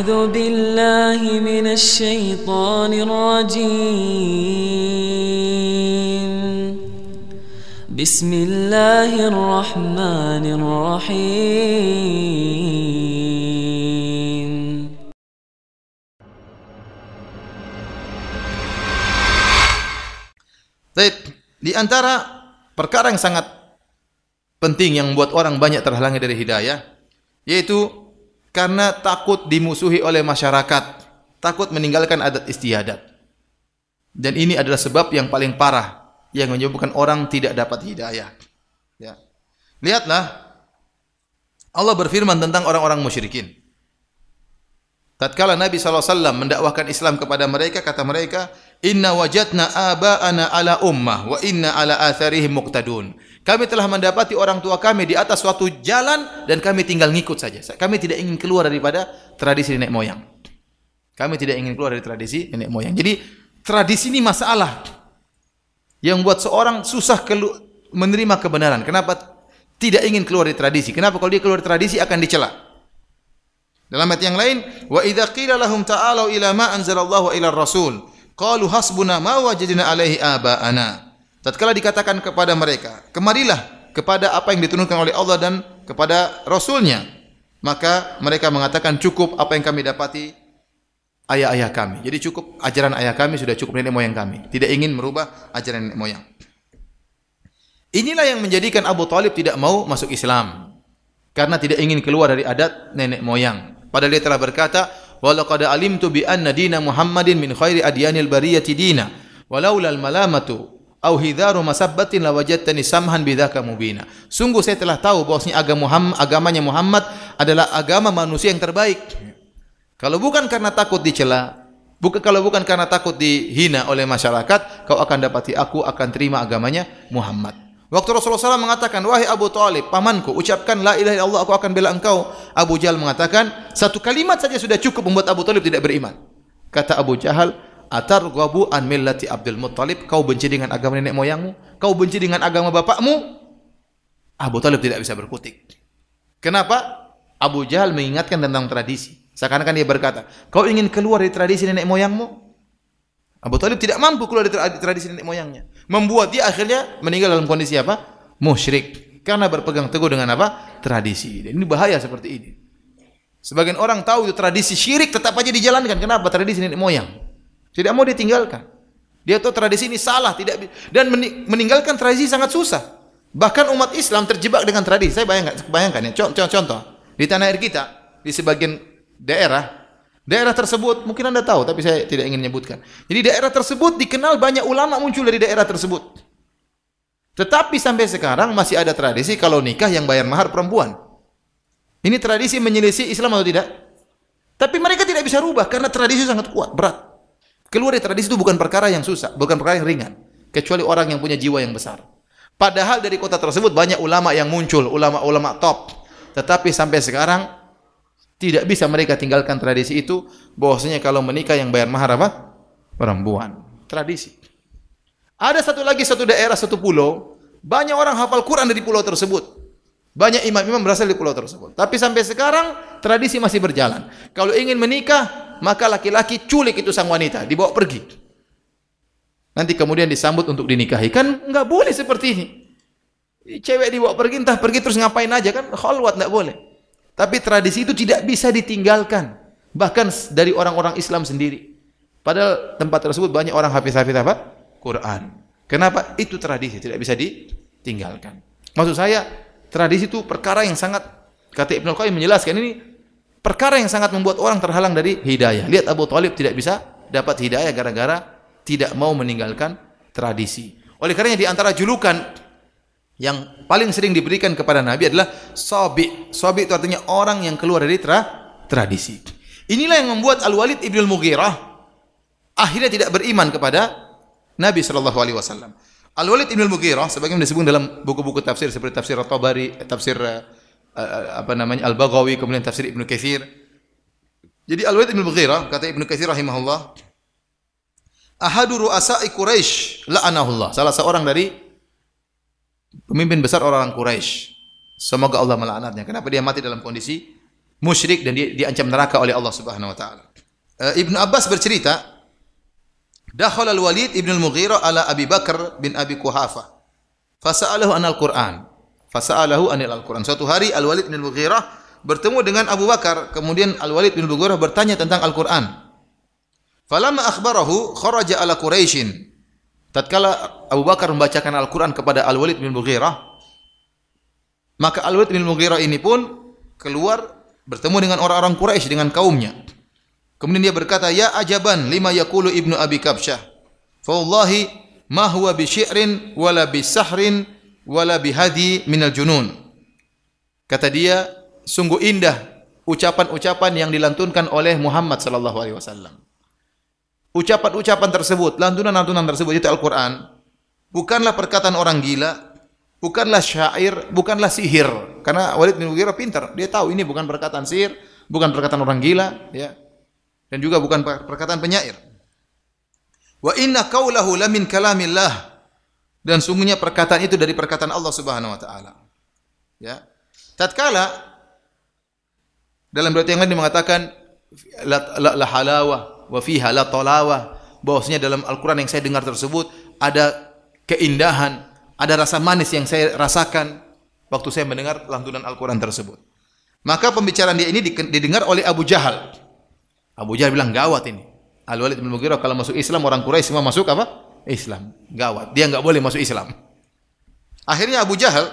أعوذ بالله من الشيطان الرجيم بسم الله الرحمن الرحيم Baik, di antara perkara yang sangat penting yang membuat orang banyak terhalangi dari hidayah, yaitu karena takut dimusuhi oleh masyarakat, takut meninggalkan adat istiadat. Dan ini adalah sebab yang paling parah yang menyebabkan orang tidak dapat hidayah. Ya. Lihatlah, Allah berfirman tentang orang-orang musyrikin. Tatkala Nabi SAW mendakwahkan Islam kepada mereka, kata mereka, Inna wajadna aba'ana ala ummah wa inna ala atharihim muqtadun. Kami telah mendapati orang tua kami di atas suatu jalan dan kami tinggal ngikut saja. Kami tidak ingin keluar daripada tradisi nenek moyang. Kami tidak ingin keluar dari tradisi nenek moyang. Jadi tradisi ini masalah yang buat seorang susah menerima kebenaran. Kenapa tidak ingin keluar dari tradisi? Kenapa kalau dia keluar dari tradisi akan dicela? Dalam ayat yang lain, wa idza qila lahum ta'alu ila ma anzalallahu wa ila ar-rasul qalu hasbuna ma wajadna alaihi aba'ana. Tatkala dikatakan kepada mereka, kemarilah kepada apa yang diturunkan oleh Allah dan kepada Rasulnya, maka mereka mengatakan cukup apa yang kami dapati ayah-ayah kami. Jadi cukup ajaran ayah kami, sudah cukup nenek moyang kami. Tidak ingin merubah ajaran nenek moyang. Inilah yang menjadikan Abu Thalib tidak mau masuk Islam, karena tidak ingin keluar dari adat nenek moyang. Padahal dia telah berkata, walaqad alimtu bi anna dina Muhammadin min khairi adyanil bariyati dina walaula al malamatu au hidharu masabbatin lawajadtani samhan bidzaka mubina. Sungguh saya telah tahu bahwasanya agamanya Muhammad adalah agama manusia yang terbaik. Kalau bukan karena takut dicela, kalau bukan karena takut dihina oleh masyarakat, kau akan dapati aku akan terima agamanya Muhammad. Waktu Rasulullah SAW mengatakan, wahai Abu Thalib, pamanku, ucapkan la ilaha illallah, aku akan bela engkau. Abu Jahal mengatakan, satu kalimat saja sudah cukup membuat Abu Thalib tidak beriman. Kata Abu Jahal, atarghabu an millati Abdul Muttalib, kau benci dengan agama nenek moyangmu? Kau benci dengan agama bapakmu? Abu Thalib tidak bisa berkutik. Kenapa? Abu Jahal mengingatkan tentang tradisi. Seakan-akan dia berkata, kau ingin keluar dari tradisi nenek moyangmu? Abu Thalib tidak mampu keluar dari tradisi nenek moyangnya. Membuat dia akhirnya meninggal dalam kondisi apa? Musyrik. Karena berpegang teguh dengan apa? Tradisi. Dan ini bahaya seperti ini. Sebagian orang tahu itu tradisi syirik, tetap aja dijalankan. Kenapa? Tradisi nenek moyang. Tidak mau ditinggalkan. Dia tahu tradisi ini salah, dan meninggalkan tradisi sangat susah. Bahkan umat Islam terjebak dengan tradisi. Saya bayangkan ya. Contoh di tanah air kita, di sebagian daerah tersebut, mungkin Anda tahu, tapi saya tidak ingin menyebutkan. Jadi daerah tersebut dikenal banyak ulama muncul dari daerah tersebut. Tetapi sampai sekarang masih ada tradisi kalau nikah yang bayar mahar perempuan. Ini tradisi menyelisih Islam atau tidak? Tapi mereka tidak bisa rubah karena tradisi sangat kuat, berat. Keluar dari tradisi itu bukan perkara yang susah, bukan perkara yang ringan, kecuali orang yang punya jiwa yang besar. Padahal dari kota tersebut banyak ulama yang muncul, ulama-ulama top. Tetapi sampai sekarang tidak bisa mereka tinggalkan tradisi itu, bahwasanya kalau menikah yang bayar mahar apa? Perempuan. Tradisi. Ada satu daerah, satu pulau, banyak orang hafal Quran dari pulau tersebut. Banyak imam-imam berasal dari pulau tersebut. Tapi sampai sekarang tradisi masih berjalan. Kalau ingin menikah, maka laki-laki culik itu sang wanita, dibawa pergi. Nanti kemudian disambut untuk dinikahi. Kan enggak boleh seperti ini. Cewek dibawa pergi, entah pergi terus ngapain aja, kan khalwat, enggak boleh. Tapi tradisi itu tidak bisa ditinggalkan. Bahkan dari orang-orang Islam sendiri. Padahal tempat tersebut banyak orang hafiz-hafiz apa? Quran. Kenapa? Itu tradisi, tidak bisa ditinggalkan. Maksud saya, tradisi itu perkara yang sangat, kata Ibnu Qayyim menjelaskan, ini perkara yang sangat membuat orang terhalang dari hidayah. Lihat Abu Thalib tidak bisa dapat hidayah gara-gara tidak mau meninggalkan tradisi. Oleh karenanya di antara julukan yang paling sering diberikan kepada Nabi adalah Sabi. Sabi itu artinya orang yang keluar dari tradisi. Inilah yang membuat Al-Walid ibn Al-Mughirah akhirnya tidak beriman kepada Nabi SAW. Al-Walid ibn Al-Mughirah sebagaimana disebut dalam buku-buku tafsir seperti tafsir At-Tabari, tafsir Al-Baghawi, kemudian tafsir Ibnu Katsir. Jadi Al-Walid ibn Al-Mughirah, kata Ibnu Katsir rahimahullah, ahadu ru'asa'i Quraisy la'anahullah, salah seorang dari pemimpin besar orang-orang Quraisy. Semoga Allah melaknatnya. Kenapa dia mati dalam kondisi musyrik dan dia diancam neraka oleh Allah Subhanahu wa taala. Ibnu Abbas bercerita, dakhala al-Walid ibn al-Mughirah ala Abi Bakar bin Abi Quhafah. Fasa'alahu anil Qur'an. Suatu hari Al-Walid bin al-Mughirah bertemu dengan Abu Bakar, kemudian Al-Walid bin al-Mughirah bertanya tentang Al-Qur'an. Falamma akhbarahu kharaja ala Quraisyin. Tatkala Abu Bakar membacakan Al-Qur'an kepada Al-Walid bin al-Mughirah, maka Al-Walid bin al-Mughirah ini pun keluar bertemu dengan orang-orang Quraisy, dengan kaumnya. Kemudian dia berkata, "Ya ajaban lima yaqulu Ibnu Abi Kabsyah. Fa wallahi ma huwa bi syi'rin wala bi sahrin wala bi hadi minal junun." Kata dia, sungguh indah ucapan-ucapan yang dilantunkan oleh Muhammad sallallahu alaihi wasallam. Ucapan-ucapan tersebut, lantunan-lantunan tersebut itu Al-Qur'an, bukanlah perkataan orang gila, bukanlah syair, bukanlah sihir. Karena Walid bin Mughirah pintar, dia tahu ini bukan perkataan sihir, bukan perkataan orang gila, ya. Dan juga bukan perkataan penyair. Wa inna qaulahu lamin kalamillah, dan sungguhnya perkataan itu dari perkataan Allah Subhanahu wa taala. Ya. Tatkala dalam riwayat yang lain mengatakan la halawah wa fiha la talawah, bahwasanya dalam Al-Qur'an yang saya dengar tersebut ada keindahan, ada rasa manis yang saya rasakan waktu saya mendengar lantunan Al-Qur'an tersebut. Maka pembicaraan dia ini didengar oleh Abu Jahal. Abu Jahal bilang, gawat ini. Al-Walid bin Mughirah kalau masuk Islam, orang Quraisy semua masuk apa? Islam. Gawat. Dia enggak boleh masuk Islam. Akhirnya Abu Jahal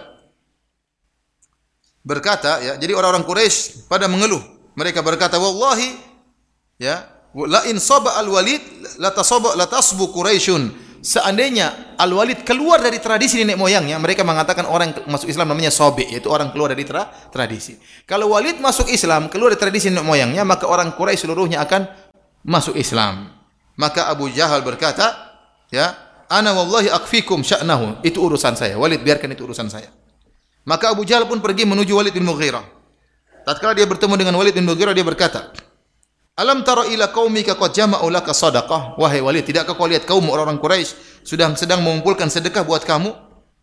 berkata, ya, jadi orang-orang Quraisy pada mengeluh. Mereka berkata, wallahi, ya, la in saba al-Walid la tasbu Quraisyun. Seandainya Al-Walid keluar dari tradisi nenek moyangnya, mereka mengatakan orang yang masuk Islam namanya sobe, yaitu orang keluar dari tradisi. Kalau Walid masuk Islam, keluar dari tradisi nenek moyangnya, maka orang Quraisy seluruhnya akan masuk Islam. Maka Abu Jahal berkata, ya, ana wallahi akfikum sya'nahu, itu urusan saya. Walid, biarkan itu urusan saya. Maka Abu Jahal pun pergi menuju Walid bin Mughirah. Tatkala dia bertemu dengan Walid bin Mughirah, dia berkata, alam tara ila qaumika qad jama'u laka shadaqah. Wahai Walid, tidakkah kau lihat kaum orang-orang Quraisy sedang mengumpulkan sedekah buat kamu?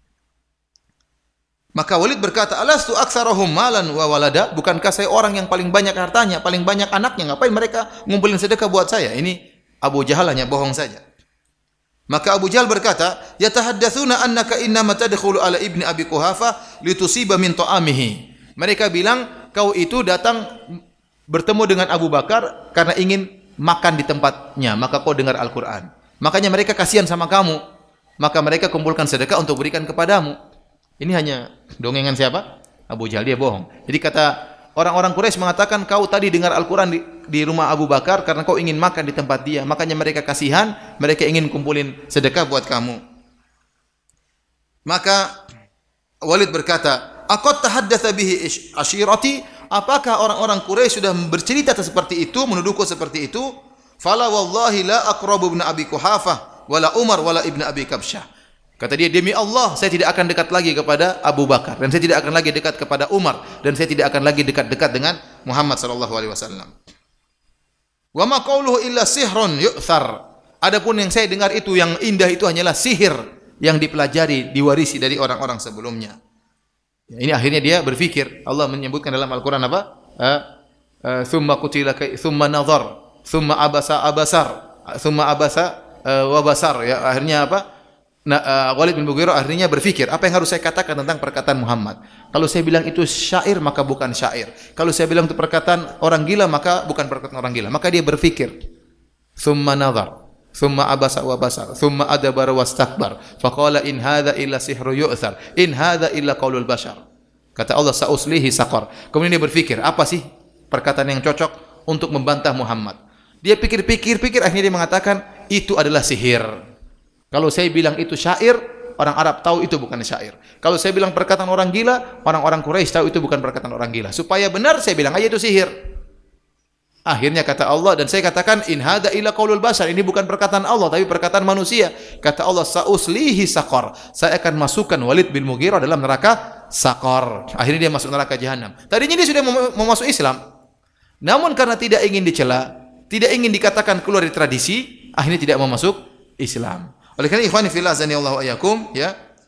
Maka Walid berkata, alastu aktsarahum malan wa walada? Bukankah saya orang yang paling banyak hartanya, paling banyak anaknya? Ngapain mereka ngumpulin sedekah buat saya? Ini Abu Jahal hanya bohong saja. Maka Abu Jahal berkata, yatahaddatsuna annaka innama tadkhulu ala ibni Abi Quhafah litusiba min ta'amihi. Mereka bilang kau itu datang bertemu dengan Abu Bakar karena ingin makan di tempatnya, maka kau dengar Al-Qur'an. Makanya mereka kasihan sama kamu, maka mereka kumpulkan sedekah untuk berikan kepadamu. Ini hanya dongengan siapa? Abu Jahal, dia bohong. Jadi kata orang-orang Quraisy mengatakan kau tadi dengar Al-Qur'an di rumah Abu Bakar karena kau ingin makan di tempat dia, makanya mereka kasihan, mereka ingin kumpulin sedekah buat kamu. Maka Walid berkata, aqad tahaddatsa bihi ashirati? Apakah orang-orang Quraisy sudah bercerita seperti itu, menuduhku seperti itu? Fala wallahi la aqrabu ibn Abi Quhafah wala Umar wala ibn Abi Kabsyah. Kata dia, demi Allah saya tidak akan dekat lagi kepada Abu Bakar, dan saya tidak akan lagi dekat kepada Umar, dan saya tidak akan lagi dekat-dekat dengan Muhammad sallallahu alaihi wasallam. Wa ma qauluhu illa sihrun yu'thar. Adapun yang saya dengar itu yang indah itu hanyalah sihir yang dipelajari, diwarisi dari orang-orang sebelumnya. Ya, ini akhirnya dia berfikir. Allah menyebutkan dalam Al-Qur'an apa? Thumma qutila thumma nazar, thumma abasa wa basar. Ya, akhirnya apa? Walid bin Mughirah akhirnya berfikir, apa yang harus saya katakan tentang perkataan Muhammad? Kalau saya bilang itu syair, maka bukan syair. Kalau saya bilang itu perkataan orang gila, maka bukan perkataan orang gila. Maka dia berfikir. Thumma nazar, thumma abasa wa basar, thumma adabara wastakbar. Faqala in hadza illa sihru yu'thar, in hadza illa qaulul bashar. Kata Allah, sauslihi saqar. Kemudian dia berfikir, apa sih perkataan yang cocok untuk membantah Muhammad? Dia pikir-pikir, akhirnya dia mengatakan itu adalah sihir. Kalau saya bilang itu syair, orang Arab tahu itu bukan syair. Kalau saya bilang perkataan orang gila, orang-orang Quraisy tahu itu bukan perkataan orang gila. Supaya benar saya bilang aja itu sihir. Akhirnya kata Allah, dan saya katakan in hadza illa qaulul bashar, ini bukan perkataan Allah tapi perkataan manusia. Kata Allah, sauslihi saqar, saya akan masukkan Walid bin Mughirah dalam neraka saqar. Akhirnya dia masuk neraka jahanam. Tadinya dia sudah mau masuk Islam, namun karena tidak ingin dicela, tidak ingin dikatakan keluar dari tradisi, akhirnya tidak mau masuk Islam. Oleh karena ikhwani fillah azani Allah wa iyyakum, ya,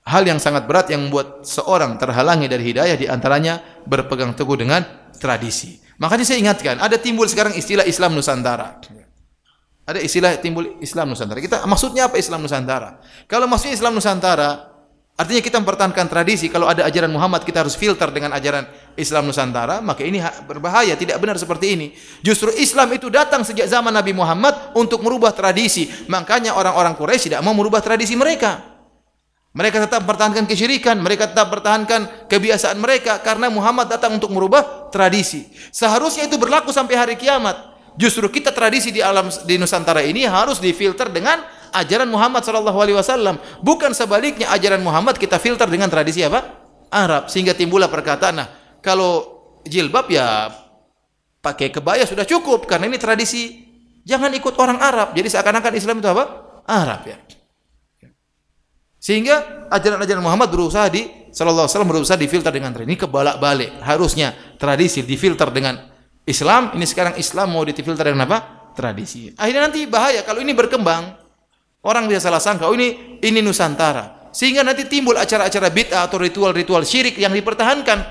hal yang sangat berat yang membuat seorang terhalangi dari hidayah, di antaranya berpegang teguh dengan tradisi. Makanya saya ingatkan, ada timbul sekarang istilah Islam Nusantara. Ada istilah timbul Islam Nusantara. Maksudnya apa Islam Nusantara? Kalau maksudnya Islam Nusantara, artinya kita mempertahankan tradisi. Kalau ada ajaran Muhammad, kita harus filter dengan ajaran Islam Nusantara, maka ini berbahaya, tidak benar seperti ini. Justru Islam itu datang sejak zaman Nabi Muhammad untuk merubah tradisi. Makanya orang-orang Quraisy tidak mau merubah tradisi mereka. Mereka tetap mempertahankan kesyirikan, mereka tetap mempertahankan kebiasaan mereka karena Muhammad datang untuk merubah tradisi. Seharusnya itu berlaku sampai hari kiamat. Justru kita tradisi di Nusantara ini harus difilter dengan ajaran Muhammad SAW. Bukan sebaliknya, ajaran Muhammad kita filter dengan tradisi apa? Arab. Sehingga timbullah perkataan, nah, kalau jilbab ya pakai kebaya sudah cukup karena ini tradisi. Jangan ikut orang Arab. Jadi seakan-akan Islam itu apa? Arab ya. Sehingga ajaran-ajaran Muhammad sallallahu alaihi wasallam berusaha difilter dengan tradisi. Ini kebalak-balik. Harusnya tradisi difilter dengan Islam. Ini sekarang Islam mau difilter dengan apa? Tradisi. Akhirnya nanti bahaya kalau ini berkembang. Orang bisa salah sangka, oh ini Nusantara. Sehingga nanti timbul acara-acara bid'ah atau ritual-ritual syirik yang dipertahankan.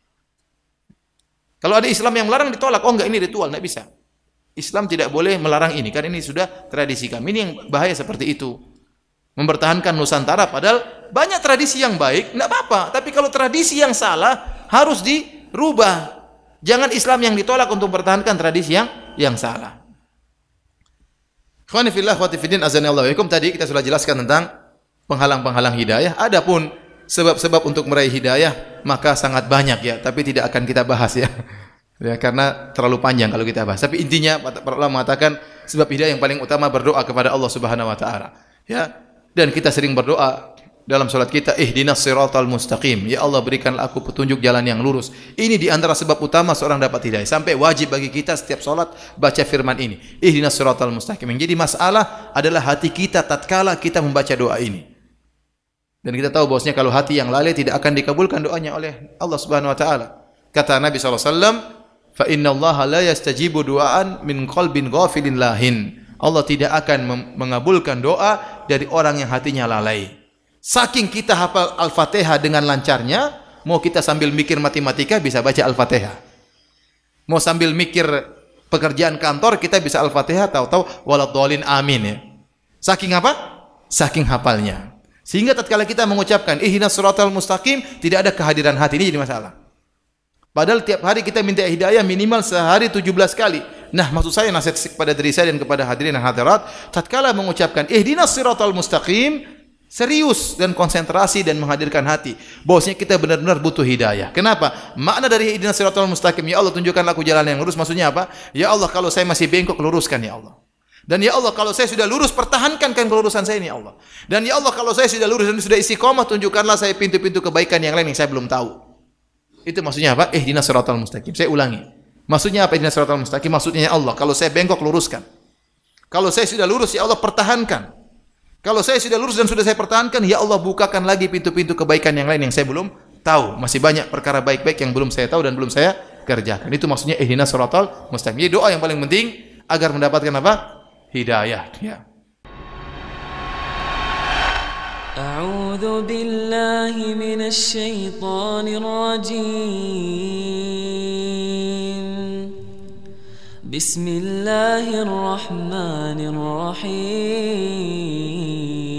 Kalau ada Islam yang melarang ditolak. Oh enggak, ini ritual, enggak bisa. Islam tidak boleh melarang ini karena ini sudah tradisi kami. Ini yang bahaya seperti itu. Mempertahankan Nusantara padahal banyak tradisi yang baik, enggak apa-apa. Tapi kalau tradisi yang salah harus dirubah. Jangan Islam yang ditolak untuk mempertahankan tradisi yang salah. Ikhwani fillah wa fillah azanillahu waikum, tadi kita sudah jelaskan tentang penghalang-penghalang hidayah. Adapun sebab-sebab untuk meraih hidayah maka sangat banyak ya, tapi tidak akan kita bahas ya. Ya, karena terlalu panjang kalau kita bahas. Tapi intinya para ulama mengatakan sebab hidayah yang paling utama berdoa kepada Allah Subhanahu wa taala. Ya. Dan kita sering berdoa dalam salat kita, ihdinas siratal mustaqim. Ya Allah, berikanlah aku petunjuk jalan yang lurus. Ini di antara sebab utama seorang dapat hidayah. Sampai wajib bagi kita setiap salat baca firman ini, ihdinas siratal mustaqim. Yang jadi masalah adalah hati kita tatkala kita membaca doa ini. Dan kita tahu bahwasanya kalau hati yang lalai tidak akan dikabulkan doanya oleh Allah Subhanahu wa taala. Kata Nabi sallallahu alaihi wasallam, "Fa innallaha la yastajibu du'aan min qalbin ghafilin lahin." Allah tidak akan mengabulkan doa dari orang yang hatinya lalai. Saking kita hafal Al-Fatihah dengan lancarnya, mau kita sambil mikir matematika bisa baca Al-Fatihah. Mau sambil mikir pekerjaan kantor kita bisa Al-Fatihah, tahu-tahu waladhdallin amin ya. Saking apa? Saking hafalnya. Sehingga tatkala kita mengucapkan ihdinas siratal mustaqim, tidak ada kehadiran hati, ini jadi masalah. Padahal tiap hari kita minta hidayah minimal sehari 17 kali. Nah, maksud saya nasihat kepada diri saya dan kepada hadirin dan hadirat, tatkala mengucapkan ihdinas siratal mustaqim, serius dan konsentrasi dan menghadirkan hati bahwasanya kita benar-benar butuh hidayah. Kenapa? Makna dari ihdinas siratal mustaqim, ya Allah tunjukkanlah aku jalan yang lurus, maksudnya apa? Ya Allah, kalau saya masih bengkok, luruskan ya Allah. Dan ya Allah, kalau saya sudah lurus, pertahankan kelurusan saya ini ya Allah. Dan ya Allah, kalau saya sudah lurus dan sudah istiqomah, tunjukkanlah saya pintu-pintu kebaikan yang lain yang saya belum tahu. Itu maksudnya apa? Ihdinas siratal mustaqim. Saya ulangi. Maksudnya apa ihdinas siratal mustaqim? Maksudnya ya Allah, kalau saya bengkok, luruskan. Kalau saya sudah lurus, ya Allah, pertahankan. Kalau saya sudah lurus dan sudah saya pertahankan, ya Allah, bukakan lagi pintu-pintu kebaikan yang lain yang saya belum tahu. Masih banyak perkara baik-baik yang belum saya tahu dan belum saya kerjakan. Itu maksudnya ihdinas siratal mustaqim. Jadi doa yang paling penting agar mendapatkan apa? Hidayah. Ya. A'udzu billahi minasy syaithanir rajim. Bismillahirrahmanirrahim.